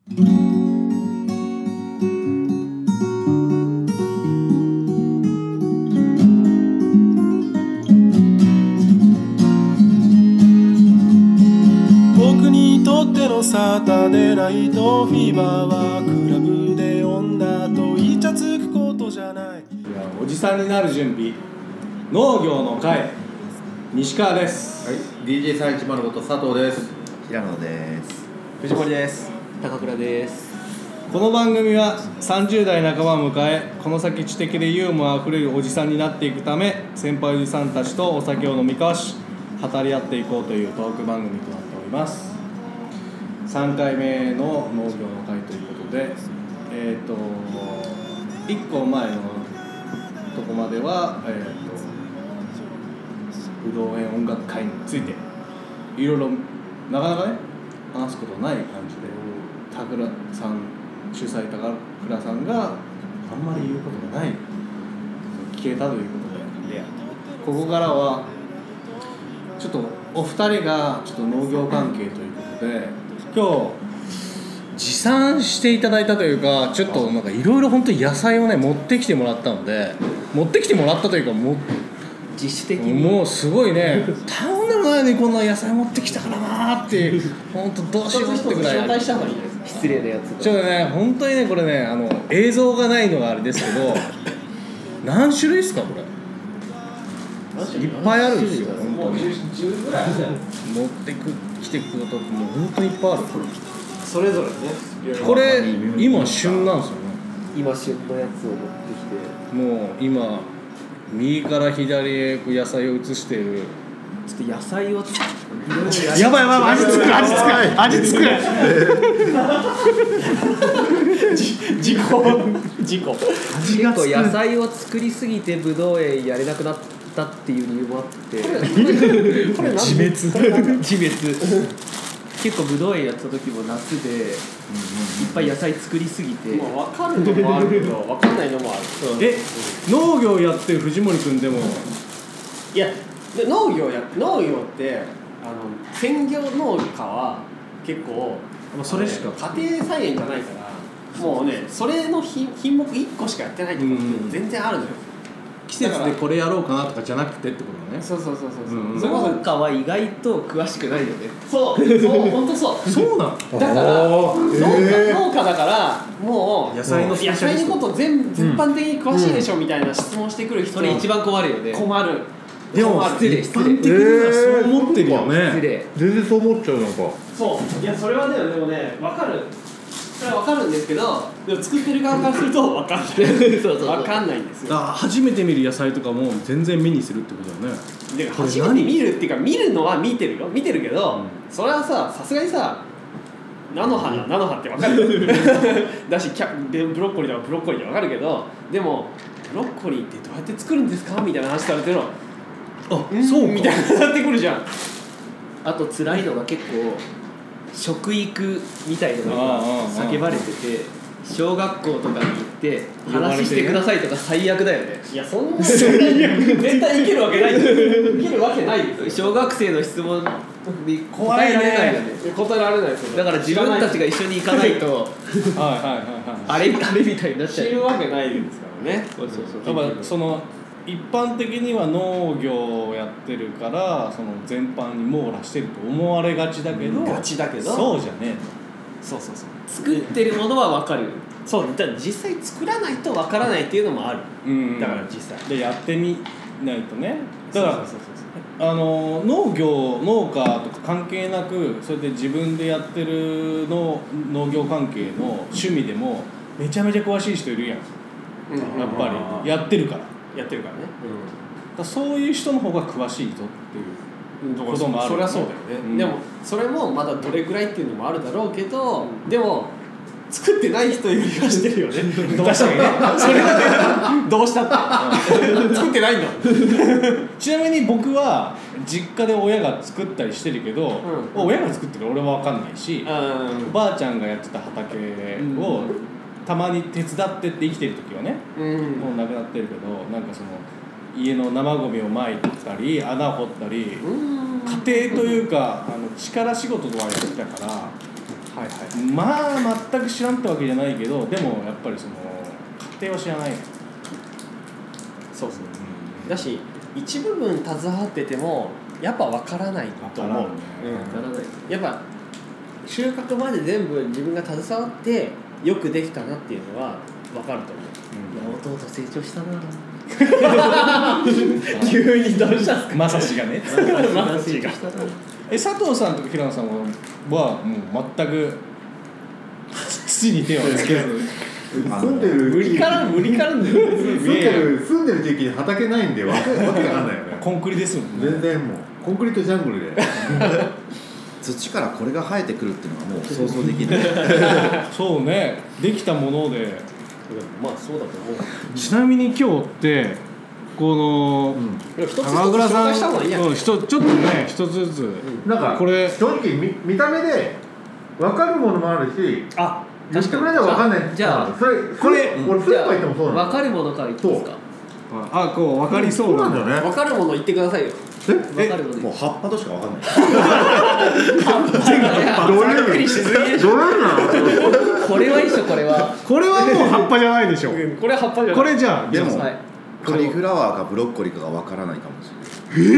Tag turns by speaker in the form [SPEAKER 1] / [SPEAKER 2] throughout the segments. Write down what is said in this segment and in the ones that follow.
[SPEAKER 1] 僕にとってのサタデーナイトフィーバーはクラブで女とイチャつくことじゃない。
[SPEAKER 2] おじさんになる準備、農業の会、西川です。
[SPEAKER 3] はい、DJ310 こと佐藤です。
[SPEAKER 4] 平野です。
[SPEAKER 5] 藤森です。
[SPEAKER 6] 高倉です。
[SPEAKER 2] この番組は30代半ばを迎え、この先知的でユーモアあふれるおじさんになっていくため、先輩おじさんたちとお酒を飲み交わし語り合っていこうというトーク番組となっております。3回目の農業の会ということで、1個前のとこまでは、ぶどう園音楽会についていろいろなかなかね話すことない感じで、高倉さん主催高倉さんがあんまり言うことがない聞けたということで、ここからはちょっとお二人がちょっと農業関係ということで、今日持参していただいたというか、ちょっとなんかいろいろ本当に野菜をね持ってきてもらったので、持ってきてもらったというか
[SPEAKER 6] 自主的に
[SPEAKER 2] もうすごいね頼んでもないのにこんな野菜持ってきたからなっていう本当どうしようってぐらい
[SPEAKER 6] 紹介した方がいいです。失礼なやつ
[SPEAKER 2] ちょっとね本当にねこれね映像がないのがあれですけど何種類ですかこれ。いっぱいあるんですよ本当に。
[SPEAKER 5] 10ぐらいあるじゃん。
[SPEAKER 2] 持ってきてくるともう本当にいっぱいある。
[SPEAKER 5] それぞれね。
[SPEAKER 2] これ今旬なんですよね。
[SPEAKER 6] 今旬のやつを持ってきて、
[SPEAKER 2] もう今右から左へ野菜を移している。
[SPEAKER 6] ちょっと野菜を
[SPEAKER 2] やばい味つく
[SPEAKER 6] 結構野菜を作りすぎてブドウ園やれなくなったっていう理由もあって、
[SPEAKER 2] これ自滅
[SPEAKER 6] 結構ブドウ園やった時も夏でいっぱい野菜作りすぎて、
[SPEAKER 5] 分かるのもあるけど分かんないのもある。
[SPEAKER 2] 農業やってる藤森くんでも
[SPEAKER 5] いや農業って専業農家は結構
[SPEAKER 2] それしか
[SPEAKER 5] 家庭菜園じゃないから、もうねそれの品目1個しかやってないってことって全然あるのよ。
[SPEAKER 2] 季節でこれやろうかなとかじゃなくてってことだね。
[SPEAKER 5] そう
[SPEAKER 6] 農家は意外と詳しくないよね。
[SPEAKER 5] そう本当そう
[SPEAKER 2] そうなの。
[SPEAKER 5] だから農家だからもう
[SPEAKER 2] 野菜の
[SPEAKER 5] こと全般的に詳しいでしょみたいな質問してくる人、
[SPEAKER 6] それ一番困るよね。
[SPEAKER 5] 困る。
[SPEAKER 2] でも
[SPEAKER 6] 失礼
[SPEAKER 2] 一般的にはそう思ってるよね。
[SPEAKER 6] 失礼。
[SPEAKER 4] 全然そう思っちゃうのか。
[SPEAKER 5] そういやそれはねでもね分かる。それは分かるんですけど、でも作ってる側からすると分かんない分かんないんですよ。
[SPEAKER 2] 初めて見る野菜とかも全然目にするってことだよね。
[SPEAKER 5] で初めて見るっていうか見るのは見てるけど、それはさすがにさ菜の花って分かるだしブロッコリーで分かるけど、でもブロッコリーってどうやって作るんですかみたいな話されてるの、
[SPEAKER 2] そう
[SPEAKER 5] みたいになってくるじゃん。
[SPEAKER 6] あと辛いのが結構食育みたいなのが叫ばれてて、小学校とかに行って話してくださいとか最悪だよね。
[SPEAKER 5] いやそんな絶対いけるわけないですよ。
[SPEAKER 6] 小学生の質問に答えられないよね。
[SPEAKER 5] 答えられないですよ。
[SPEAKER 6] だから自分たちが一緒に行かないとあれみたいになっちゃう。
[SPEAKER 5] 知るわけないですからね。
[SPEAKER 2] そうやっぱその一般的には農業をやってるからその全般に網羅してると思われがちだけど、そうじゃねえと。
[SPEAKER 5] そう
[SPEAKER 6] 作ってるものは分かる。
[SPEAKER 5] そうだから実際作らないと分からないっていうのもある。だから実際
[SPEAKER 2] でやってみないとね。だから農家とか関係なくそれで自分でやってる農業関係の趣味でもめちゃめちゃ詳しい人いるやん、やっぱりやってるから
[SPEAKER 5] ね、
[SPEAKER 2] だからそういう人の方が詳しいぞっていうこともある、
[SPEAKER 5] それはそうだよね、でもそれもまだどれぐらいっていうのもあるだろうけど、でも作ってない人よりはしてるよねどうしたねそれはねどうしたって作ってないんだ
[SPEAKER 2] ちなみに僕は実家で親が作ったりしてるけど、親が作ってるから俺は分かんないし、おばあちゃんがやってた畑をたまに手伝ってって生きてる時はね、もう亡くなってるけど、なんかその家の生ゴミをまいたり穴を掘ったり、家庭というか力仕事とはやってたから
[SPEAKER 5] はい
[SPEAKER 2] まあ全く知らんってわけじゃないけど、でもやっぱりその家庭は知らない。
[SPEAKER 5] そうそうだし一部分携わっててもやっぱ分からないと思う。
[SPEAKER 2] わからんね
[SPEAKER 6] ならない
[SPEAKER 5] やっぱ収穫まで全部自分が携わってよくできたなっていうのは分かると思う。
[SPEAKER 6] いや弟成長したな
[SPEAKER 5] 急にどうしたんですか。
[SPEAKER 2] まさしがね。
[SPEAKER 5] まさしが
[SPEAKER 2] 佐藤さんとか平野さんはもう全く土に手をつけず。
[SPEAKER 3] 住んでる
[SPEAKER 5] 無理からんだよ。
[SPEAKER 3] 住んでる地域に畑ないんでわけわかんないよね。
[SPEAKER 2] コンクリですもんね。
[SPEAKER 3] 全然もうコンクリートジャングルで
[SPEAKER 4] 土からこれが生えてくるっていうのはもう想像できない
[SPEAKER 2] そうね、できたもので。
[SPEAKER 5] まあそうだと思う。
[SPEAKER 2] ちなみに今日ってこの
[SPEAKER 5] 一つ
[SPEAKER 2] 高倉さん、
[SPEAKER 5] 紹介した方がいいやん。
[SPEAKER 2] ちょっとね一つずつ、
[SPEAKER 3] なんか
[SPEAKER 2] これ
[SPEAKER 3] 正直見た目で分かるものもあるし
[SPEAKER 5] あ、
[SPEAKER 3] 言ってくれれば分かんない。
[SPEAKER 6] じゃあ
[SPEAKER 3] それ
[SPEAKER 2] これ
[SPEAKER 3] 俺スーパー行ってもそうなの。
[SPEAKER 6] 分かるものから言っていいですか。
[SPEAKER 2] あこう分かりそう
[SPEAKER 3] そうなんだよね。
[SPEAKER 5] 分かるもの言ってくださいよ。
[SPEAKER 6] 分かるもの
[SPEAKER 4] もう葉っぱとしかわかんない
[SPEAKER 3] どういう
[SPEAKER 5] ざっくりしすぎでしょ。
[SPEAKER 3] どういうの。
[SPEAKER 6] これはいいでしょこれは。
[SPEAKER 2] これはもう葉っぱじゃないでしょ。
[SPEAKER 5] これ葉っぱじゃない。
[SPEAKER 2] これじゃあ
[SPEAKER 4] でも、
[SPEAKER 6] はい。
[SPEAKER 4] カリフラワーかブロッコリーかがわからないかもしれ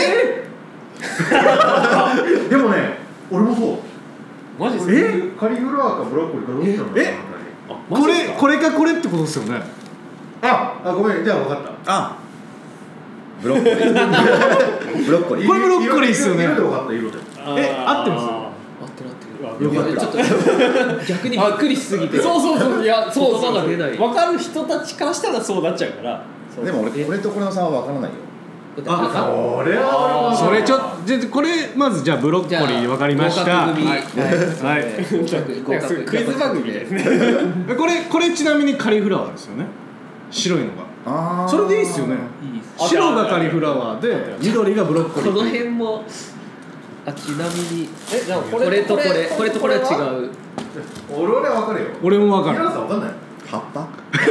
[SPEAKER 4] ない
[SPEAKER 3] でもね、俺もそう。
[SPEAKER 5] マジですか。
[SPEAKER 3] カリフラワーかブロッコリーかどっちなんだろう。
[SPEAKER 2] これかこれってことですよね。
[SPEAKER 3] あ、ごめん、じゃあ分かった。
[SPEAKER 4] あブロッコリーブロッコリー
[SPEAKER 2] これブロッコリーっすよね
[SPEAKER 3] 色で分かった、色で。
[SPEAKER 2] 合ってます
[SPEAKER 6] 合ってる合ってる。
[SPEAKER 3] よかった
[SPEAKER 6] ちょっと逆にびっくりしすぎて。
[SPEAKER 5] そういやそう
[SPEAKER 6] 言葉が出ない
[SPEAKER 5] 分かる人たちからしたらそうなっちゃうから。
[SPEAKER 4] でも俺これとこれの差はわからないよ
[SPEAKER 3] それは
[SPEAKER 2] それちょっとじゃあこれまずじゃあブロッコリー分かりました。
[SPEAKER 6] 合格組
[SPEAKER 2] はい
[SPEAKER 6] 合格
[SPEAKER 5] クイズ番組みたいですね。
[SPEAKER 2] これちなみにカリフラワーですよね。白いのが。
[SPEAKER 4] あー
[SPEAKER 2] それでいいっすよね。
[SPEAKER 6] いいっす。
[SPEAKER 2] 白がカリフラワーで緑がブロッコリー。
[SPEAKER 6] この辺もちなみに
[SPEAKER 5] じゃあ
[SPEAKER 6] これとこれとこれは違う。
[SPEAKER 3] 俺は分かるよ。
[SPEAKER 2] 俺も分か
[SPEAKER 3] 平野
[SPEAKER 2] る。
[SPEAKER 3] さん分かんない。
[SPEAKER 4] 葉っぱ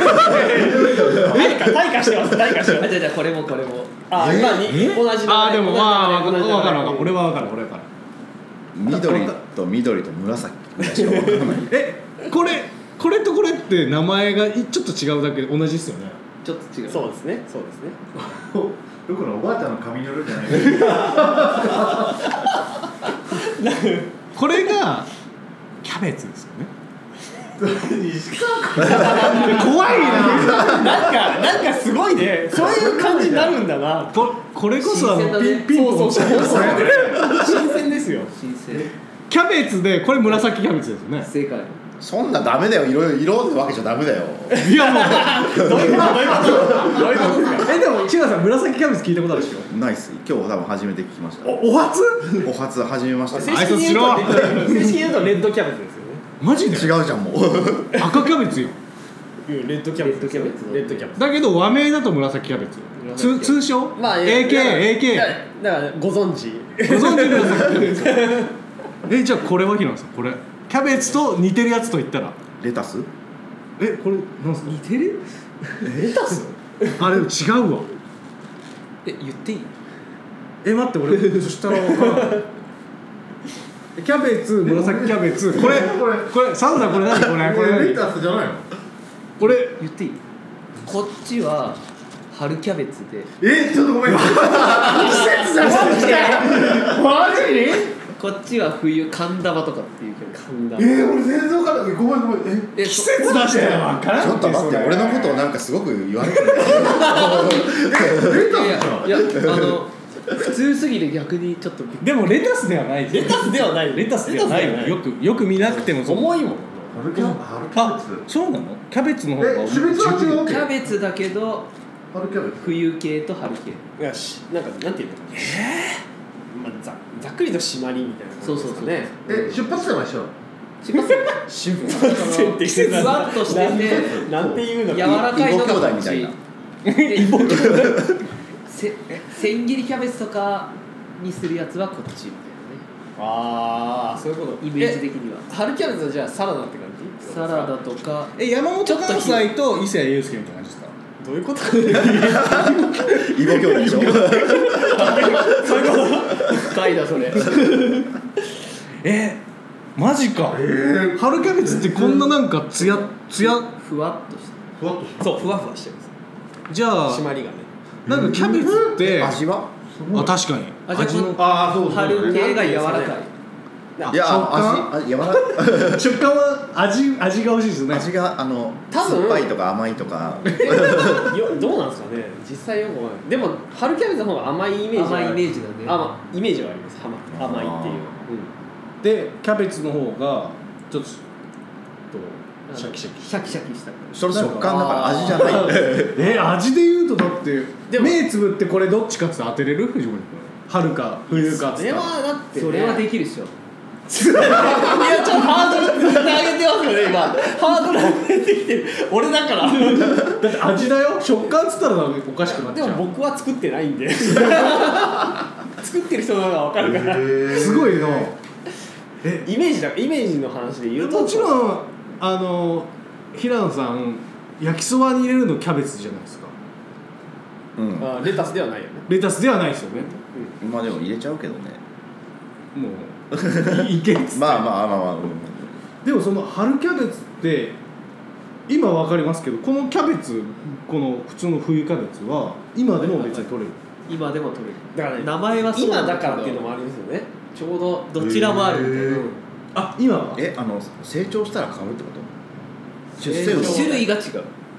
[SPEAKER 5] 退化してます。
[SPEAKER 6] じゃあこれもこれも。
[SPEAKER 5] あ、今に同じ。
[SPEAKER 2] あでもまあ分かる
[SPEAKER 5] 同じ
[SPEAKER 2] 分かる。俺は分かる。
[SPEAKER 4] 緑と緑と紫ぐらいしかわからない
[SPEAKER 2] これとこれって名前がちょっと違うだけで同じですよね。
[SPEAKER 6] ちょっと違う。
[SPEAKER 5] そうですね。
[SPEAKER 3] よくのおばあちゃんの髪の色じゃない。
[SPEAKER 2] これがキャベツですよね。怖いな。
[SPEAKER 5] なんかすごいね。そういう感じになるんだな。
[SPEAKER 2] これこそ
[SPEAKER 6] 新鮮だね
[SPEAKER 2] ピンポン
[SPEAKER 5] そう新鮮ですよ。
[SPEAKER 6] 新鮮。
[SPEAKER 2] キャベツでこれ紫キャベツですよね。
[SPEAKER 6] 正解。
[SPEAKER 4] そんなダメだよ色ってわけじゃダメだよ
[SPEAKER 2] いやもう
[SPEAKER 5] どういうことですか。
[SPEAKER 2] でも千賀さん紫キャベツ聞いたことあるでしょ。
[SPEAKER 4] ナイス今日多分初めて聞きました
[SPEAKER 2] お初？
[SPEAKER 4] お初初めまして
[SPEAKER 5] 正式に言うとレッドキャベツですよね。
[SPEAKER 2] マジで？
[SPEAKER 4] 違うじゃんもう
[SPEAKER 2] 赤キャベツよ。
[SPEAKER 5] レッドキャベツ。レッドキャベツ。
[SPEAKER 2] だけど和名だと紫キャベツ。通称？
[SPEAKER 5] まあ
[SPEAKER 2] AK。
[SPEAKER 5] だからご存知。
[SPEAKER 2] ご存知の紫キャベツ。じゃあこれは平野さんこれキャベツと似てるやつと言ったら
[SPEAKER 4] レタス
[SPEAKER 2] これなんすか？
[SPEAKER 6] 似てる？
[SPEAKER 5] レタス？
[SPEAKER 2] あれ違うわ。
[SPEAKER 6] 言っていい？
[SPEAKER 2] 待って俺そしたら分からん。キャベツ紫キャベツこれサウナこれ何これ
[SPEAKER 3] レタスじゃないの。
[SPEAKER 2] これ
[SPEAKER 6] 言っていい？こっちは春キャベツで。
[SPEAKER 3] ちょっとごめん。季節だし。
[SPEAKER 5] マジ？
[SPEAKER 6] こっちは冬寒玉とかっていうけど寒玉。
[SPEAKER 3] 俺全然分からない。ごめん。
[SPEAKER 2] 季節出したら分からん。
[SPEAKER 4] ちょっと待って俺のことをなんかすごく言われてる
[SPEAKER 3] レタスじゃん。
[SPEAKER 6] いや普通すぎて逆にちょっとびっくり。
[SPEAKER 2] でもレタスではない。
[SPEAKER 5] レタスではない。
[SPEAKER 2] レタスではないよ。よく見なくても
[SPEAKER 5] 重いもん。
[SPEAKER 3] 春キャベツ。
[SPEAKER 2] そうなの？キャベツの方が
[SPEAKER 3] 種別は違うわけ。
[SPEAKER 6] キャベツだけど
[SPEAKER 3] 春キャベツ。
[SPEAKER 6] 冬系と春系。
[SPEAKER 5] よし、なんていうの？まあざっくりと締まりみたいなことですかね。
[SPEAKER 3] 出発点は一緒。
[SPEAKER 5] 出発って
[SPEAKER 6] ふわっとしてて
[SPEAKER 5] なんていうの？
[SPEAKER 6] 柔らかいのがこっち。千切りキャベツとかにするやつはこっちみたい
[SPEAKER 5] ああ、そういうこと。
[SPEAKER 6] なね。イメージ的には。
[SPEAKER 5] 春キャベツはじゃあサラダって感じ？
[SPEAKER 6] サラダとか
[SPEAKER 2] 山本関西と伊勢谷友介みたいな感じですか？
[SPEAKER 5] どういうこと？
[SPEAKER 4] 異母兄弟でしょ
[SPEAKER 5] そういうこと。
[SPEAKER 6] 深いなそれ。
[SPEAKER 1] マジか、春キャベツってこんななんかツヤ
[SPEAKER 6] ふわっとして
[SPEAKER 3] ふわっとした
[SPEAKER 5] そうふわふわしてるんです
[SPEAKER 1] じゃあ
[SPEAKER 5] 締まりがね
[SPEAKER 1] なんかキャベツって
[SPEAKER 4] 味は
[SPEAKER 1] あ確かに
[SPEAKER 6] 味の
[SPEAKER 3] ああそうそう
[SPEAKER 6] 春系が柔らかい
[SPEAKER 4] いや
[SPEAKER 1] 食感
[SPEAKER 4] 味柔らかい
[SPEAKER 1] 食感は味が欲しいですよね
[SPEAKER 4] 味が
[SPEAKER 5] 多分
[SPEAKER 4] 酸っぱいとか甘いとか
[SPEAKER 5] どうなんですかね実際よくわかんないでも春キャベツの方が甘いイメージ
[SPEAKER 6] 甘いイメージだね
[SPEAKER 5] イメージはあります甘いっていう、
[SPEAKER 1] でキャベツの方がちょっとシャキシャキ
[SPEAKER 6] シャキシャキした
[SPEAKER 4] それ食感だから味じゃない
[SPEAKER 1] 味で言うとだって
[SPEAKER 5] でも
[SPEAKER 1] 目つぶってこれどっちかって当てれる藤森君春か冬かっつったら
[SPEAKER 5] それはだって、ね、
[SPEAKER 6] それはできるっしょ
[SPEAKER 5] いやちょっとハードル上げてますよね今ハードル上げてきてる俺だから
[SPEAKER 1] だって味だよ食感っつったらおかしくなっちゃう
[SPEAKER 5] でも僕は作ってないんで作ってる人の方が分かるから
[SPEAKER 1] すごいの
[SPEAKER 5] イメージの話で言うと
[SPEAKER 1] もちろん平野さん焼きそばに入れるのキャベツじゃないですか
[SPEAKER 4] うん
[SPEAKER 5] レタスではないよね
[SPEAKER 1] レタスではないですよね
[SPEAKER 4] まあでも入れちゃうけどね
[SPEAKER 1] もういけっつって
[SPEAKER 4] まあ
[SPEAKER 1] でもその春キャベツって今わかりますけどこのキャベツこの普通の冬キャベツは今でも別に取れる
[SPEAKER 6] 今でも取れる
[SPEAKER 5] だからね
[SPEAKER 6] 名前はそう
[SPEAKER 5] 今
[SPEAKER 6] なんけど
[SPEAKER 5] だからっていうのもありますよねちょうど
[SPEAKER 6] どちらもあるみたいな
[SPEAKER 1] あ今は
[SPEAKER 4] 成長したら変わるってこと出世魚
[SPEAKER 6] 種類が違う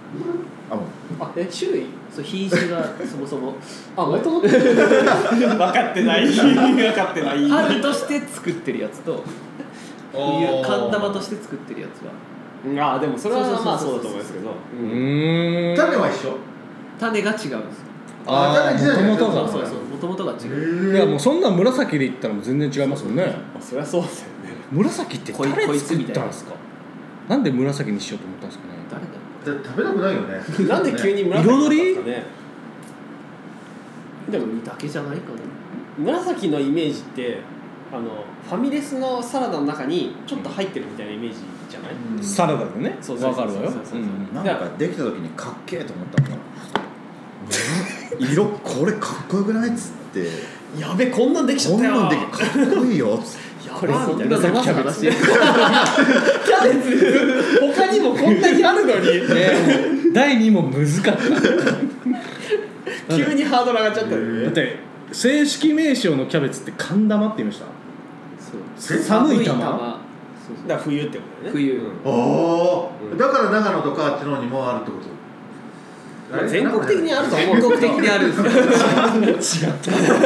[SPEAKER 5] 種類
[SPEAKER 6] そう品種がそもそも
[SPEAKER 5] もともと分かってない分かってない
[SPEAKER 6] 春として作ってるやつと冬寒玉として作ってるやつは
[SPEAKER 5] でもそれは
[SPEAKER 6] そうそうそう
[SPEAKER 5] まあそうだと思いますけど
[SPEAKER 3] 種は一緒
[SPEAKER 6] 種が違うんですよ
[SPEAKER 3] 種自体が
[SPEAKER 1] 元々が
[SPEAKER 6] そうそう元々が違う
[SPEAKER 1] いやもうそんな紫で言ったらもう全然違いますもんね
[SPEAKER 5] そりゃそうですよね
[SPEAKER 1] 紫って誰作ったんですかなんで紫にしようと思ったんですかね
[SPEAKER 6] 誰だ
[SPEAKER 3] 食べたくないよね
[SPEAKER 5] なんで急に紫だったんですかね
[SPEAKER 6] でもだけじゃないかな
[SPEAKER 5] 紫のイメージってファミレスのサラダの中にちょっと入ってるみたいなイメージじゃない、
[SPEAKER 1] サラダでね
[SPEAKER 5] そうそうそうそう
[SPEAKER 1] わかるわよ
[SPEAKER 4] なんかできた時にかっけえと思ったもん色これかっこよくないっつって
[SPEAKER 5] やべこんなんできちゃ
[SPEAKER 4] こん
[SPEAKER 5] ったよ
[SPEAKER 4] なんできかっこいいよっつって
[SPEAKER 5] や
[SPEAKER 6] これ
[SPEAKER 5] ばみたいな
[SPEAKER 6] そんな生話
[SPEAKER 5] キャベツ他にもこんなにあるのに
[SPEAKER 1] 第2問難かった
[SPEAKER 5] 急にハードル上がっちゃったよね
[SPEAKER 1] だって正式名称のキャベツって寒玉って言いました
[SPEAKER 6] そう
[SPEAKER 1] 寒い玉
[SPEAKER 6] そうそう
[SPEAKER 5] だから冬ってことだよね
[SPEAKER 6] 冬
[SPEAKER 3] おおだから長野とかあっちの方にもあるってこと
[SPEAKER 5] 全国的にあると思う
[SPEAKER 6] 全国的にあるんですよ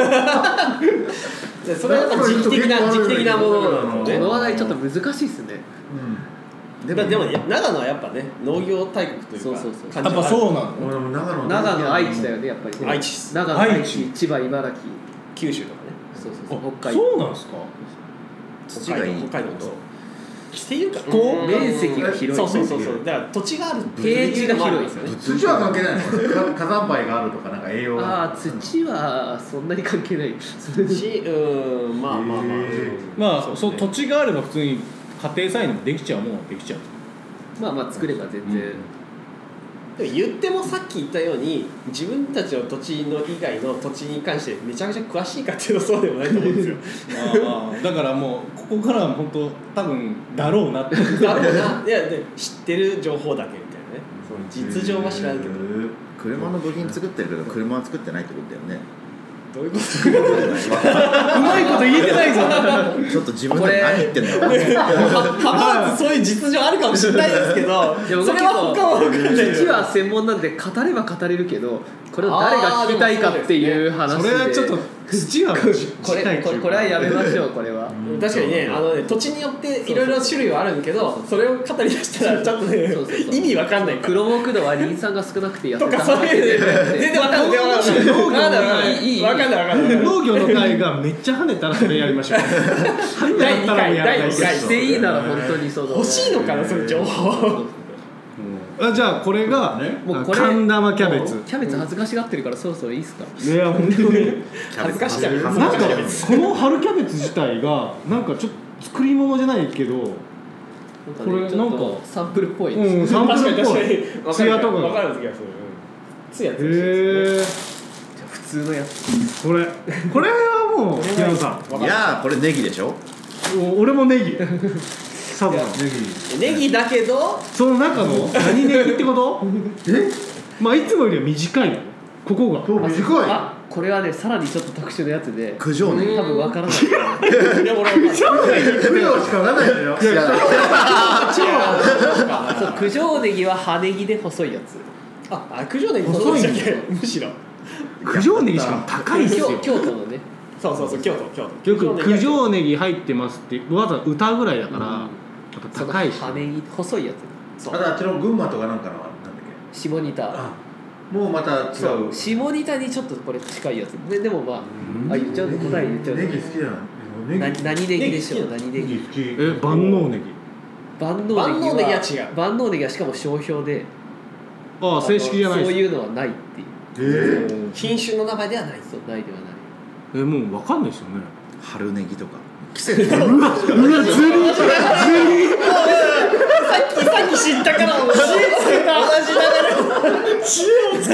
[SPEAKER 5] それはやっぱ時期的なものなんですよね
[SPEAKER 6] この話題ちょっと難しいっすね
[SPEAKER 5] でも長野はやっぱね農業大国というか
[SPEAKER 6] そうそうそう
[SPEAKER 1] やっぱそうなの
[SPEAKER 3] 俺も長野
[SPEAKER 6] 長野愛知だよねやっぱりね
[SPEAKER 5] 愛知っす
[SPEAKER 6] 長野愛知千葉茨城
[SPEAKER 5] 九州とかね
[SPEAKER 6] そうそうそう北海道
[SPEAKER 1] そうなんですか
[SPEAKER 4] 土がいい
[SPEAKER 5] 北海道とっていうか
[SPEAKER 1] こう
[SPEAKER 6] 面積が広い
[SPEAKER 5] そうだから土地がある
[SPEAKER 6] 平地が広い
[SPEAKER 5] ですよね
[SPEAKER 3] 土は関係ないの火山灰があるとかなんか栄養が
[SPEAKER 6] ああ土はそんなに関係ない
[SPEAKER 5] まあ
[SPEAKER 1] まあ
[SPEAKER 5] そうですね
[SPEAKER 1] そう土地があれば普通に家庭菜園でもできちゃうもんはできちゃう
[SPEAKER 6] まあ作れば全然
[SPEAKER 5] でも言ってもさっき言ったように自分たちの土地の以外の土地に関してめちゃくちゃ詳しいかっていうとそうでもないと思うんですよ
[SPEAKER 1] だからもうここからは本当多分だろうなって
[SPEAKER 5] だろうないやで知ってる情報だけみたいなねその実情は知らんけど
[SPEAKER 4] 車の部品作ってるけど車は作ってないってことだよね
[SPEAKER 5] どういうこと
[SPEAKER 1] うまいこと言えてないぞ
[SPEAKER 4] ちょっと自分で何言ってんだろう
[SPEAKER 5] 浜松そういう実情あるかもしれないですけど
[SPEAKER 6] でも
[SPEAKER 5] それは他は分かんない
[SPEAKER 6] 土は専門なんで語れば語れるけどこれを誰が聞きたいかっていう話で
[SPEAKER 1] それはちょっと土は
[SPEAKER 6] これはやめましょうこれは
[SPEAKER 5] 確かにね土地によっていろいろ種類はあるんだけどそれを語り出したらちょっとね
[SPEAKER 6] そう
[SPEAKER 5] 意味わかんないから
[SPEAKER 6] 黒木土はリン酸が少なくて痩せた
[SPEAKER 5] とかそういう全然わかんないわかんない
[SPEAKER 1] 農業の会がめっちゃ跳ねたらそれやりましょう跳ねたらもうやらない
[SPEAKER 5] 第二回
[SPEAKER 6] していいなら本当にその
[SPEAKER 5] 欲しいのかなその情報
[SPEAKER 1] じゃあこれが
[SPEAKER 6] もうこれ
[SPEAKER 1] 寒玉キャベツ
[SPEAKER 6] キャベツ恥ずかしがってるからそろそろいいっすか
[SPEAKER 1] いや本当に
[SPEAKER 5] 恥ずかしい
[SPEAKER 1] なんかこの春キャベツ自体がなんかちょっと作り物じゃないけどこれ
[SPEAKER 6] ちょっとサンプルっぽい
[SPEAKER 1] サンプルっぽい
[SPEAKER 5] 確かに
[SPEAKER 1] ツヤとか
[SPEAKER 5] 分かる気がするツヤ
[SPEAKER 1] へえ
[SPEAKER 6] 普通のやつ
[SPEAKER 1] これはもう平野さん
[SPEAKER 4] いやーこれネギでしょ
[SPEAKER 1] 俺もネギサブの
[SPEAKER 5] ネギだけど
[SPEAKER 1] その中の何ネギってことまあいつもよりは短いのここが
[SPEAKER 3] そう短い
[SPEAKER 6] あ、これはねさらにちょっと特殊なやつで
[SPEAKER 4] 九条ネギ
[SPEAKER 6] 多分わからない
[SPEAKER 5] いや俺は分かる
[SPEAKER 3] 9秒しかならないんだよ
[SPEAKER 4] 知らない
[SPEAKER 6] そう九条ネギは葉ネギで細いやつ
[SPEAKER 5] あ、九条ネギ細いんだっけむしろ
[SPEAKER 1] 九条ネギしかも高いっすよ
[SPEAKER 6] 京都のね
[SPEAKER 5] そう京都
[SPEAKER 1] よく九条ネギ入ってますってわざわざ歌うぐらいだから、やっぱ
[SPEAKER 6] その
[SPEAKER 1] 高いし
[SPEAKER 6] 葉ネギ細いやつ
[SPEAKER 3] あとあっちの群馬とかなんかのなんだっ
[SPEAKER 6] 下仁田
[SPEAKER 3] けもうまた違
[SPEAKER 6] そう
[SPEAKER 3] う
[SPEAKER 6] 下仁田にちょっとこれ近いやつでもまああ言っちゃうと答え言っちゃうと
[SPEAKER 3] ネギ好きじゃない
[SPEAKER 6] 何ネギでしょう何ネギ
[SPEAKER 3] ネギ好き
[SPEAKER 1] 万能ネギ
[SPEAKER 6] 万能
[SPEAKER 5] 万能ネギは違う
[SPEAKER 6] 万能ネギはしかも商標で
[SPEAKER 1] ああ正式じゃない
[SPEAKER 6] そう
[SPEAKER 1] です
[SPEAKER 6] いうのはないっていう
[SPEAKER 5] 品種の名前ではない
[SPEAKER 6] そうないではない
[SPEAKER 1] もう分かんないですよね
[SPEAKER 4] 春ネギとか季節
[SPEAKER 1] うわずり
[SPEAKER 5] さっき知ったから同じ流れ知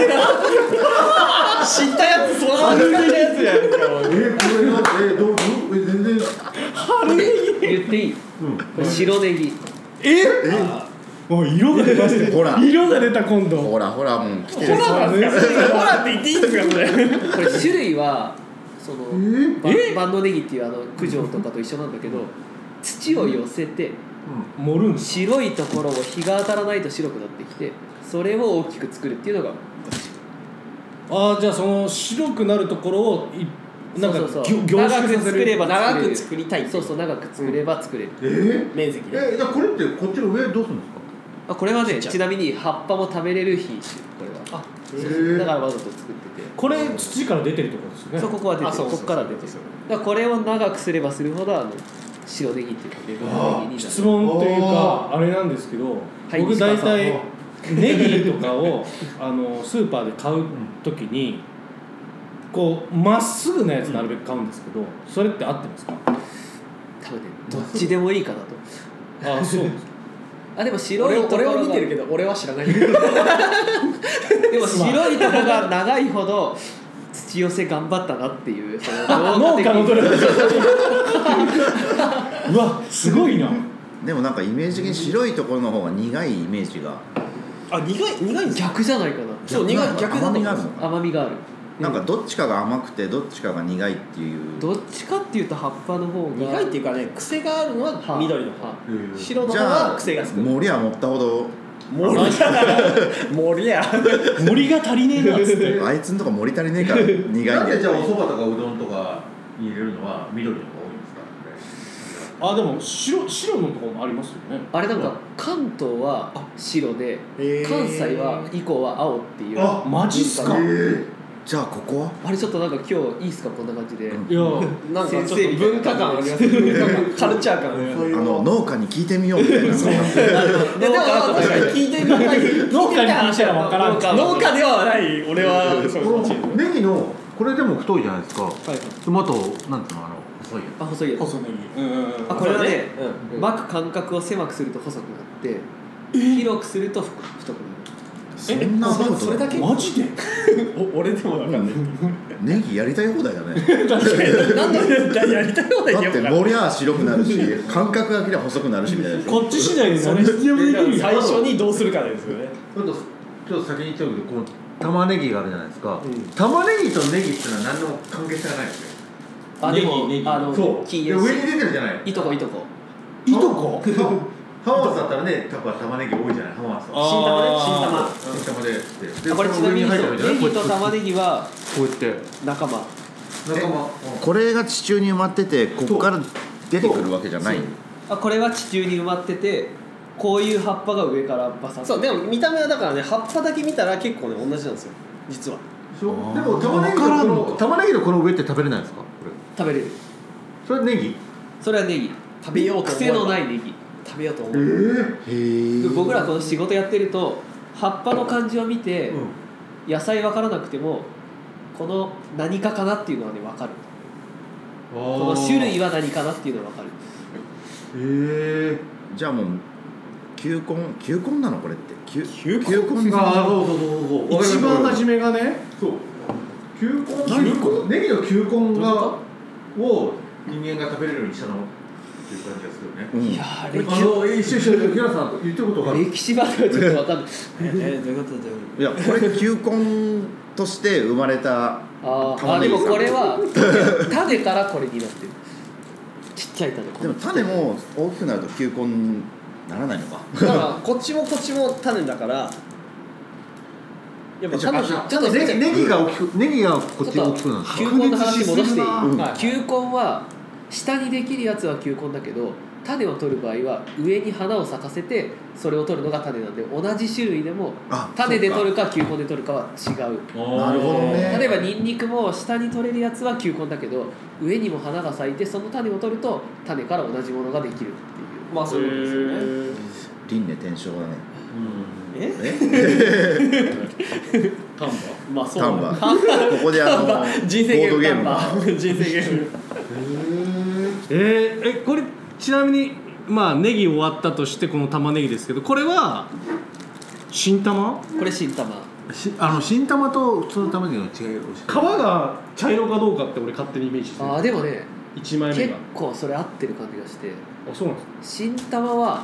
[SPEAKER 5] ったやつそのまま使ったやつやんか
[SPEAKER 3] これなんてどう全然
[SPEAKER 6] 言っていい、これ白ネギ
[SPEAKER 1] もう色が出ました
[SPEAKER 4] ほら
[SPEAKER 1] 色が出た今度
[SPEAKER 4] ほらもう来てる
[SPEAKER 5] ホラって言っていいんですかこれ
[SPEAKER 6] これ種類はその万能ネギっていう九条とかと一緒なんだけど土を寄せて
[SPEAKER 1] 盛るんす
[SPEAKER 6] 白いところを日が当たらないと白くなってきてそれを大きく作るっていうのが
[SPEAKER 1] ああじゃあその白くなるところをなんか
[SPEAKER 6] そう
[SPEAKER 1] 凝縮
[SPEAKER 6] 長く
[SPEAKER 1] させる
[SPEAKER 6] 作れば
[SPEAKER 5] 長く
[SPEAKER 6] 作れる
[SPEAKER 5] 作りたい
[SPEAKER 6] そう長く作れば作れる、
[SPEAKER 5] 面積で
[SPEAKER 3] じゃあこれってこっちの上どうするんですか
[SPEAKER 6] あこれはね
[SPEAKER 5] ちっちゃい
[SPEAKER 6] ちなみに葉っぱも食べれる品種これはだからわざと作ってて
[SPEAKER 1] これ土から出てるところですよね
[SPEAKER 6] そうここは出てるここから出てるだからこれを長くすればするほど白ネギっていうかレモンネギになる
[SPEAKER 1] 質問というかあれなんですけど、
[SPEAKER 6] はい
[SPEAKER 1] 僕大
[SPEAKER 6] 西川
[SPEAKER 1] 体ネギとかをスーパーで買うときにこうまっすぐなやつなるべく買うんですけどそれって合ってますか？
[SPEAKER 6] 多分ねどっちでもいいかなと
[SPEAKER 1] あそうです
[SPEAKER 6] あでも白いところが
[SPEAKER 5] 俺を見てるけど俺は知らない
[SPEAKER 6] でも白いところが長いほど土寄せ頑張ったなっていうその
[SPEAKER 1] 農家の努力うわすごいな
[SPEAKER 4] でもなんかイメージ的に白いところの方が苦いイメージが
[SPEAKER 5] あ苦いんですか
[SPEAKER 6] 逆じゃないかな
[SPEAKER 5] そう苦い逆だと思う
[SPEAKER 4] 甘みがあるのか
[SPEAKER 6] 甘みがある
[SPEAKER 4] なんかどっちかが甘くてどっちかが苦いっていう
[SPEAKER 6] どっちかっていうと葉っぱの方が
[SPEAKER 5] 苦いっていうかね癖があるのは緑の方白の方
[SPEAKER 4] じゃ
[SPEAKER 5] は
[SPEAKER 4] あ
[SPEAKER 5] 癖が少ない
[SPEAKER 4] 森は持ったほど
[SPEAKER 5] 森や
[SPEAKER 1] 森が足りねえなっつって
[SPEAKER 4] あいつんとこ森足りねえから苦いんだよ
[SPEAKER 3] なんでじゃあお蕎麦とかうどんとかに入れるのは緑の方が多いんですか
[SPEAKER 1] あでも白のところもありますよね
[SPEAKER 6] あれなんか関東は白で関西は以降は青っていう
[SPEAKER 3] あ
[SPEAKER 1] マジっすか
[SPEAKER 4] じゃあここは
[SPEAKER 6] あれちょっとなんか今日いいっすかこんな感じで、
[SPEAKER 1] いや
[SPEAKER 5] なんかちょっと文化感ありますね文化感カルチャー感
[SPEAKER 4] 農家に聞いてみようみたいな
[SPEAKER 5] でも確かに聞いてみたい
[SPEAKER 1] 農家に聞いたら分からん
[SPEAKER 5] 農家ではない俺は
[SPEAKER 3] このネギのこれでも太いじゃないですか
[SPEAKER 6] はい
[SPEAKER 3] トマトなんていうの細いや
[SPEAKER 6] あ細いやつ
[SPEAKER 1] 細ネギ
[SPEAKER 6] あこれはね、
[SPEAKER 5] うん
[SPEAKER 6] 巻く間隔を狭くすると細くなって広くすると太くなる
[SPEAKER 4] そんなこと
[SPEAKER 5] それだけ
[SPEAKER 1] マジで
[SPEAKER 5] 俺でも分かんない
[SPEAKER 4] ネギやりたい放題だね
[SPEAKER 5] なんでやりたい放題
[SPEAKER 4] だって
[SPEAKER 5] でよ
[SPEAKER 4] 盛りゃ白くなるし間隔が切れば細くなるしみたいな
[SPEAKER 1] こっち次第で何必要できるよ
[SPEAKER 5] 最初にどうするかですよね
[SPEAKER 3] ちょっと先に言っちゃうけどこの玉ねぎがあるじゃないですか、
[SPEAKER 5] うん
[SPEAKER 3] 玉ねぎとネギっていうのは何の関係性がないんですよ
[SPEAKER 6] あでも
[SPEAKER 1] ネギ
[SPEAKER 3] そう
[SPEAKER 6] 金
[SPEAKER 3] で上に出てるじゃない
[SPEAKER 6] いとこ
[SPEAKER 1] いとこ
[SPEAKER 3] 浜松だったらね多分玉ねぎ多いじゃない浜松は
[SPEAKER 5] 新玉ね新玉
[SPEAKER 3] 新玉でって
[SPEAKER 6] あこれちなみに
[SPEAKER 3] この上入ってるじゃない
[SPEAKER 6] ネギと玉ねぎは
[SPEAKER 3] こうやって
[SPEAKER 6] 仲間
[SPEAKER 3] 仲間
[SPEAKER 4] これが地中に埋まっててここから出てくるわけじゃない
[SPEAKER 6] あこれは地中に埋まっててこういう葉っぱが上からバサッと
[SPEAKER 5] そうでも見た目はだからね葉っぱだけ見たら結構ね同じなんですよ実は
[SPEAKER 3] そうでも玉ねぎのこの上って食べれないんですかこれ
[SPEAKER 6] 食べれる
[SPEAKER 3] それネギ
[SPEAKER 6] それはネギ
[SPEAKER 5] 食べようと思えば
[SPEAKER 6] 癖のないネギ
[SPEAKER 5] 食べようと思う
[SPEAKER 4] へえ
[SPEAKER 6] 僕らこの仕事やってると葉っぱの感じを見て、野菜分からなくてもこの何かかなっていうのはね分かるこの種類は何かなっていうのは分かる
[SPEAKER 4] じゃあもう球根なのこれって球根
[SPEAKER 3] そう
[SPEAKER 1] 一番初めがね
[SPEAKER 3] そう球根ネギの球根がを人間が食べれるようにしたのっていう感じがするよね。
[SPEAKER 4] うん
[SPEAKER 6] いやー
[SPEAKER 3] 一緒平さん言ってること分かる。
[SPEAKER 6] 歴史まではちょっと分かんないどういうことだよ
[SPEAKER 4] いやこれ球根として生まれた玉ねぎ
[SPEAKER 6] でもこれは種からこれになってるちっちゃい種
[SPEAKER 4] でも種も大きくなると球根にならないのか
[SPEAKER 5] だからこっちもこっちも種だからやっぱ種
[SPEAKER 6] ちょっと
[SPEAKER 3] ネギがこっちが大きくなるんですか。
[SPEAKER 6] 球根の話戻していい、
[SPEAKER 5] はい
[SPEAKER 6] 球根は下にできるやつは球根だけど種を取る場合は上に花を咲かせてそれを取るのが種なんで同じ種類でも
[SPEAKER 4] あ
[SPEAKER 6] 種で取るか球根で取るかは違う
[SPEAKER 4] なるほどね
[SPEAKER 6] 例えばニンニクも下に取れるやつは球根だけど上にも花が咲いてその種を取ると種から同じものができるっていう
[SPEAKER 5] まあそういうことですよね
[SPEAKER 4] 輪廻転生だね
[SPEAKER 5] え
[SPEAKER 1] 丹波
[SPEAKER 5] まあそう
[SPEAKER 4] 丹波ここで
[SPEAKER 5] 人生ゲーム
[SPEAKER 4] ボードゲームが
[SPEAKER 5] 人生ゲーム
[SPEAKER 1] これちなみにまあネギ終わったとしてこの玉ねぎですけどこれは新玉？
[SPEAKER 6] これ新玉
[SPEAKER 3] 新玉と普通の玉ねぎの違いを教えて。
[SPEAKER 1] 皮が茶色かどうかって俺勝手にイメージしてる
[SPEAKER 6] でもね
[SPEAKER 1] 1枚目
[SPEAKER 6] 結
[SPEAKER 1] が
[SPEAKER 6] 構それ合ってる感じがして
[SPEAKER 1] あそうなんですか
[SPEAKER 6] 新玉は、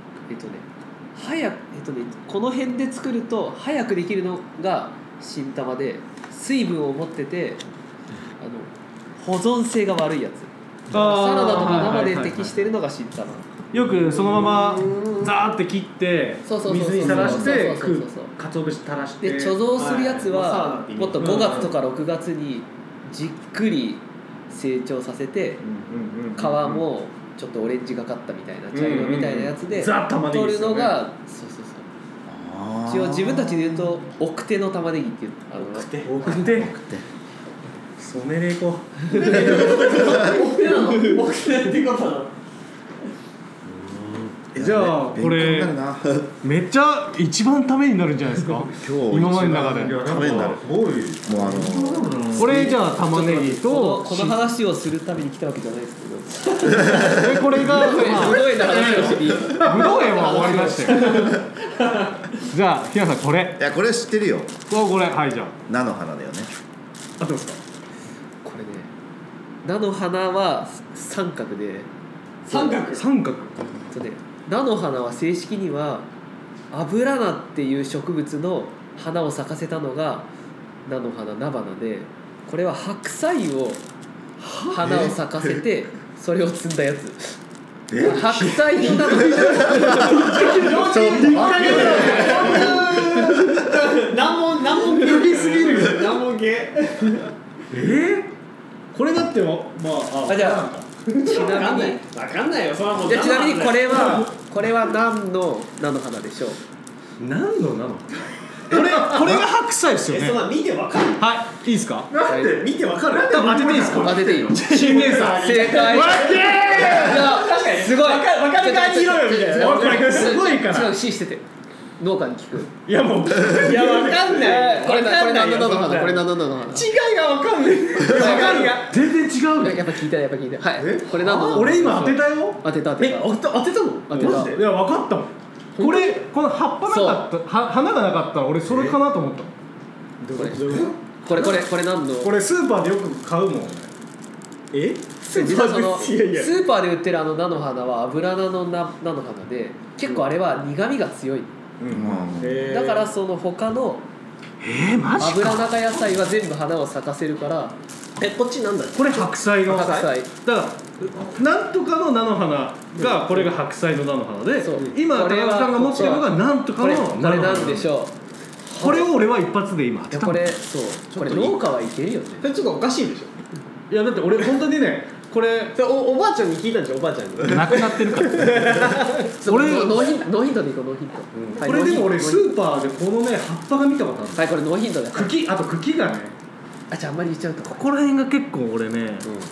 [SPEAKER 6] この辺で作ると早くできるのが新玉で水分を持ってて保存性が悪いやつサラダとか生で適してるのが新玉
[SPEAKER 1] よくそのままザーって切って水にさらして食う鰹節垂らして
[SPEAKER 6] で貯蔵するやつは
[SPEAKER 5] はい
[SPEAKER 6] もっと5月とか6月にじっくり成長させて皮もちょっとオレンジがかったみたいな茶色みたいなやつで
[SPEAKER 1] ザ玉ねぎ
[SPEAKER 6] 取る
[SPEAKER 1] ですよね
[SPEAKER 6] のが一応自分たちで言うと奥手の玉ねぎっていう
[SPEAKER 1] 送って染めれいこ
[SPEAKER 5] 奥手ってことなの
[SPEAKER 1] じゃあこれ
[SPEAKER 4] 勉強になるな
[SPEAKER 1] めっちゃ一番ためになるんじゃないですか
[SPEAKER 4] 今日
[SPEAKER 1] 今までの中で
[SPEAKER 4] ためになる
[SPEAKER 3] すごい。
[SPEAKER 4] もう
[SPEAKER 1] これじゃあ玉ねぎと
[SPEAKER 6] この話をするために来たわけじゃないですけど
[SPEAKER 1] これが
[SPEAKER 6] ぶどう園の話をしに
[SPEAKER 1] ぶどう園は終わりましたよじゃあひなさんこれ
[SPEAKER 4] いやこれ知ってるよ
[SPEAKER 1] これはいじゃあ
[SPEAKER 4] 菜の花だよね
[SPEAKER 1] 合ってますか
[SPEAKER 6] これね菜の花は三角で
[SPEAKER 5] 三角
[SPEAKER 6] 菜の花は正式にはアブラナっていう植物の花を咲かせたのが菜の花菜花でこれは白菜を花を咲かせてそれを摘んだやつ白菜の菜の花
[SPEAKER 5] 難問系すぎる難問系
[SPEAKER 1] これだってまあ
[SPEAKER 6] じゃあちなみに
[SPEAKER 5] 分かんないよそれはもう
[SPEAKER 6] ちなみにこれは何の菜の花でしょう
[SPEAKER 1] 何のなのこれが白菜ですよね
[SPEAKER 5] そんな見て分かる
[SPEAKER 1] はいいいですか
[SPEAKER 5] なんで見て分かる
[SPEAKER 1] 多分当てていいですか
[SPEAKER 6] 当てていいよ
[SPEAKER 1] チンゲン菜
[SPEAKER 6] 正解
[SPEAKER 1] わっけー
[SPEAKER 5] 確かに
[SPEAKER 6] すごい
[SPEAKER 5] 分かる感じろよみたいな
[SPEAKER 1] これすごいから
[SPEAKER 6] 違う C してて農家に聞く
[SPEAKER 1] いやもう
[SPEAKER 5] いや分かんない
[SPEAKER 6] これ何の菜の花これ
[SPEAKER 5] 違い
[SPEAKER 6] 何の菜の花
[SPEAKER 5] が分かんない違いが
[SPEAKER 1] 全然違う
[SPEAKER 6] やっぱ聞いたはいこれ何の菜の花
[SPEAKER 1] 俺今当てたよ
[SPEAKER 6] 当てた
[SPEAKER 5] 当てたの
[SPEAKER 6] 当てた
[SPEAKER 5] マジで
[SPEAKER 1] いや分かったもんこの葉っぱなかった花がなかったら俺それかなと思った
[SPEAKER 6] これ何の
[SPEAKER 1] これスーパーでよく買うもん
[SPEAKER 6] 実はその
[SPEAKER 5] いやいや
[SPEAKER 6] スーパーで売ってる菜の花は油菜の菜の花で結構あれは苦味が強いだからその他の
[SPEAKER 1] マジ
[SPEAKER 6] 油中野菜は全部花を咲かせるから
[SPEAKER 5] こっちなんだ
[SPEAKER 1] これ白菜の
[SPEAKER 6] 白菜
[SPEAKER 1] だからなんとかの菜の花がこれが白菜の菜の花で
[SPEAKER 6] そう
[SPEAKER 1] 今高
[SPEAKER 6] これは
[SPEAKER 1] 田さんが持ってるのがなんとかの菜の花
[SPEAKER 6] なんでしょう
[SPEAKER 1] これを俺は一発で今当てたもん
[SPEAKER 6] これ農家はいけるよね
[SPEAKER 5] それちょっとおかしいでしょ
[SPEAKER 1] いやだって俺本当にねこれ
[SPEAKER 5] それおばあちゃんに聞いたんでしょおばあちゃんに
[SPEAKER 1] なくなってるから
[SPEAKER 6] 俺ノーヒントでいこうノーヒント
[SPEAKER 1] これでも俺ス
[SPEAKER 6] ノー
[SPEAKER 1] ーパーでこのね葉っぱが見たことある
[SPEAKER 6] はいこれノーヒントだ
[SPEAKER 1] あと茎がね
[SPEAKER 6] じゃああんまり言っちゃうと
[SPEAKER 1] ここら辺が結構俺ね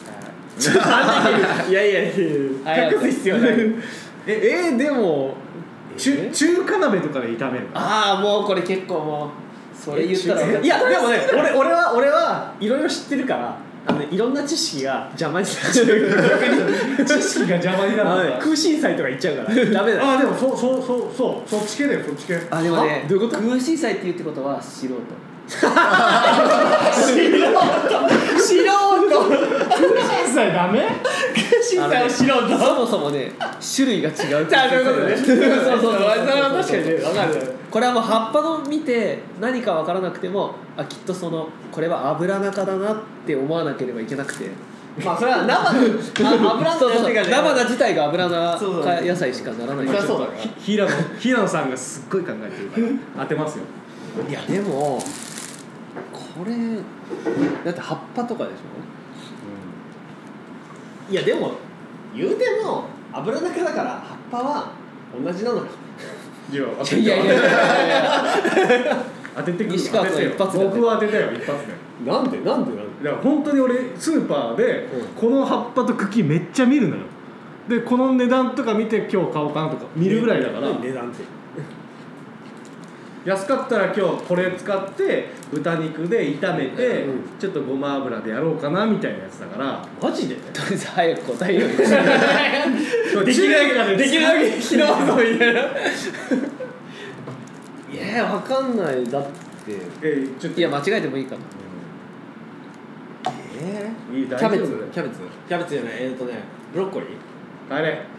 [SPEAKER 5] いや隠す必要ないでも
[SPEAKER 1] 中華鍋とかで炒める
[SPEAKER 6] ああもうこれ結構もうそれ言ったら
[SPEAKER 5] いやでもね俺はいろいろ知ってるからいろんな知識が邪魔になっちゃう
[SPEAKER 1] 知識が邪魔になる
[SPEAKER 5] 空心菜とか言っちゃうからダメだよ
[SPEAKER 1] でもそうそっち系だよそっち系
[SPEAKER 6] あでもね
[SPEAKER 5] どういうこと
[SPEAKER 6] 空心菜って言うってことは素人
[SPEAKER 5] 素人
[SPEAKER 1] 審査ダメ？
[SPEAKER 5] 審査は素人
[SPEAKER 6] そもそもね種類が違う
[SPEAKER 5] じゃあそういうことねそうそうそうそれは確かにね分かる
[SPEAKER 6] これはもう葉っぱの見て何か分からなくてもきっとこれはアブラナ科だなって思わなければいけなくて
[SPEAKER 5] まあそれは生の油
[SPEAKER 6] そうそう
[SPEAKER 5] っていうかね
[SPEAKER 6] 生菜自体がアブラナ
[SPEAKER 5] そうそう
[SPEAKER 6] 野菜しかならない
[SPEAKER 5] そりゃそうだ
[SPEAKER 1] 平野さんがすっごい考えてるから当てますよ。
[SPEAKER 6] いやでもこれだって葉っぱとかでし
[SPEAKER 5] いやでも言うても油中だから葉っぱは同じなのよ
[SPEAKER 1] いや
[SPEAKER 6] ょいやいやいや
[SPEAKER 1] 当ててくる。
[SPEAKER 6] 西川君一発で
[SPEAKER 1] 僕は当てたよ一発で。
[SPEAKER 5] なんで
[SPEAKER 1] だから本当に俺スーパーでこの葉っぱと茎めっちゃ見るのよ。でこの値段とか見て今日買おうかなとか見るぐらいだから、
[SPEAKER 5] 値段って
[SPEAKER 1] 安かったら今日これ使って豚肉で炒めて、
[SPEAKER 5] うん
[SPEAKER 1] ちょっとごま油でやろうかなみたいなやつだから
[SPEAKER 5] マジで
[SPEAKER 6] とりあえず早く答えようよ
[SPEAKER 5] できるだけ火の技みたいない
[SPEAKER 6] や分かんないだって
[SPEAKER 1] ちょっと
[SPEAKER 6] いや間違えてもいいかな
[SPEAKER 1] いい
[SPEAKER 5] キャベツ
[SPEAKER 6] キャベツ
[SPEAKER 5] じゃないブロッコリー
[SPEAKER 1] 帰れ。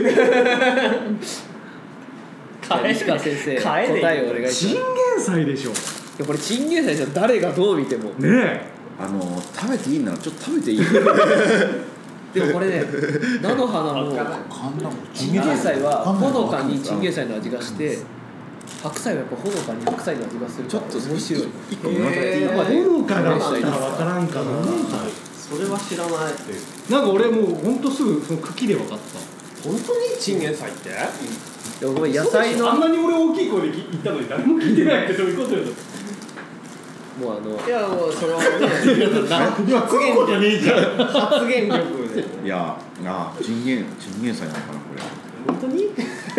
[SPEAKER 6] 西川先生
[SPEAKER 5] 買えねえよ
[SPEAKER 6] 答えをお願いし
[SPEAKER 1] チン
[SPEAKER 6] ます
[SPEAKER 1] ゲン菜でしょ。
[SPEAKER 6] いやこれチンゲン菜じゃ誰がどう見ても
[SPEAKER 1] ね
[SPEAKER 4] 食べていいならちょっと食べていい
[SPEAKER 6] でもこれね菜の花もチンゲン菜はほのかにチンゲン菜の味がして白菜はやっぱほのかに白菜の味がする
[SPEAKER 4] ちょっと
[SPEAKER 6] 面白い
[SPEAKER 4] 一個もらっていい
[SPEAKER 6] 今まで
[SPEAKER 1] ほのかだったら分からんかな。
[SPEAKER 5] それは知らない
[SPEAKER 1] なんか俺もうほんとすぐその茎で分かった。
[SPEAKER 5] 本当にチンゲン菜って
[SPEAKER 6] でもこれ野菜の
[SPEAKER 1] あんなに俺大きい声で言ったのに誰も聞いてないってどういうことよ。
[SPEAKER 6] もう
[SPEAKER 5] いやもうそれはね
[SPEAKER 3] 今食うことねえじゃん。
[SPEAKER 5] 発言力で
[SPEAKER 4] いやチンゲン菜なのかなこれ
[SPEAKER 5] 本当に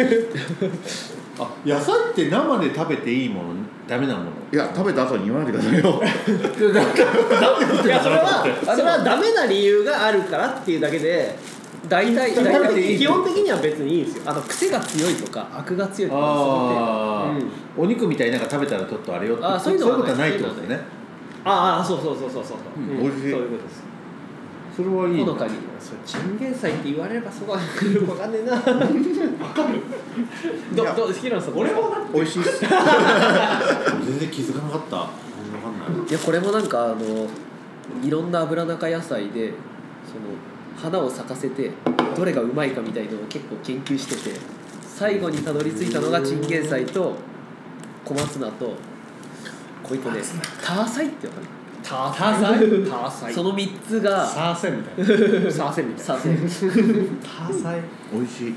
[SPEAKER 3] 野菜って生で食べていいものダメなもの。
[SPEAKER 4] いや食べた後に言わないでくださいよ
[SPEAKER 5] いやそれはダメな理由があるからっていうだけで
[SPEAKER 6] 大体
[SPEAKER 5] 基本的には別にいいんですよ
[SPEAKER 6] 癖が強いとかアクが強いとか
[SPEAKER 3] ああ、
[SPEAKER 5] うん
[SPEAKER 3] お肉みたいなのが食べたらちょっとあれよって。
[SPEAKER 6] そういうのは
[SPEAKER 3] ことはないってことですね。
[SPEAKER 5] そうそう、
[SPEAKER 3] うん美味しい
[SPEAKER 5] そういうことです
[SPEAKER 3] それはいい。
[SPEAKER 6] ほのかに
[SPEAKER 5] それチンゲン菜って言われればそこはよくわかんねえな分かるどうです平野さん俺も
[SPEAKER 4] 美味しいっす
[SPEAKER 3] 全然気づかなかった。わかんない。
[SPEAKER 6] いやこれもなんかいろんな油中野菜で花を咲かせてどれがうまいかみたいのを結構研究してて最後にたどり着いたのがチンゲン菜と小松菜とこういったねターサイってわかる
[SPEAKER 5] ターサイ
[SPEAKER 6] その3つが
[SPEAKER 1] サーセンみたいな。
[SPEAKER 5] サーセンみたい
[SPEAKER 6] させん
[SPEAKER 1] ターサイ
[SPEAKER 4] 美味しい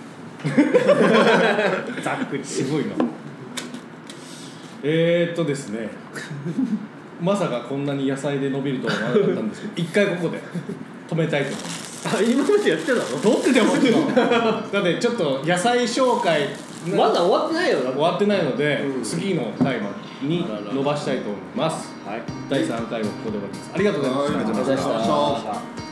[SPEAKER 1] ざっくりすごいな。ですねまさかこんなに野菜で伸びるとは思わなかったんですけど一回ここで止めたいと思います。
[SPEAKER 5] な今までやってたの
[SPEAKER 1] どってでもだってちょっと野菜紹介
[SPEAKER 5] まだ終わってないよだって
[SPEAKER 1] 終わってないので、
[SPEAKER 5] うん
[SPEAKER 1] 次の回に伸ばしたいと思います。
[SPEAKER 5] はい
[SPEAKER 1] 第3回はここで終わります。ありがとうございました。
[SPEAKER 6] ありがとうございました。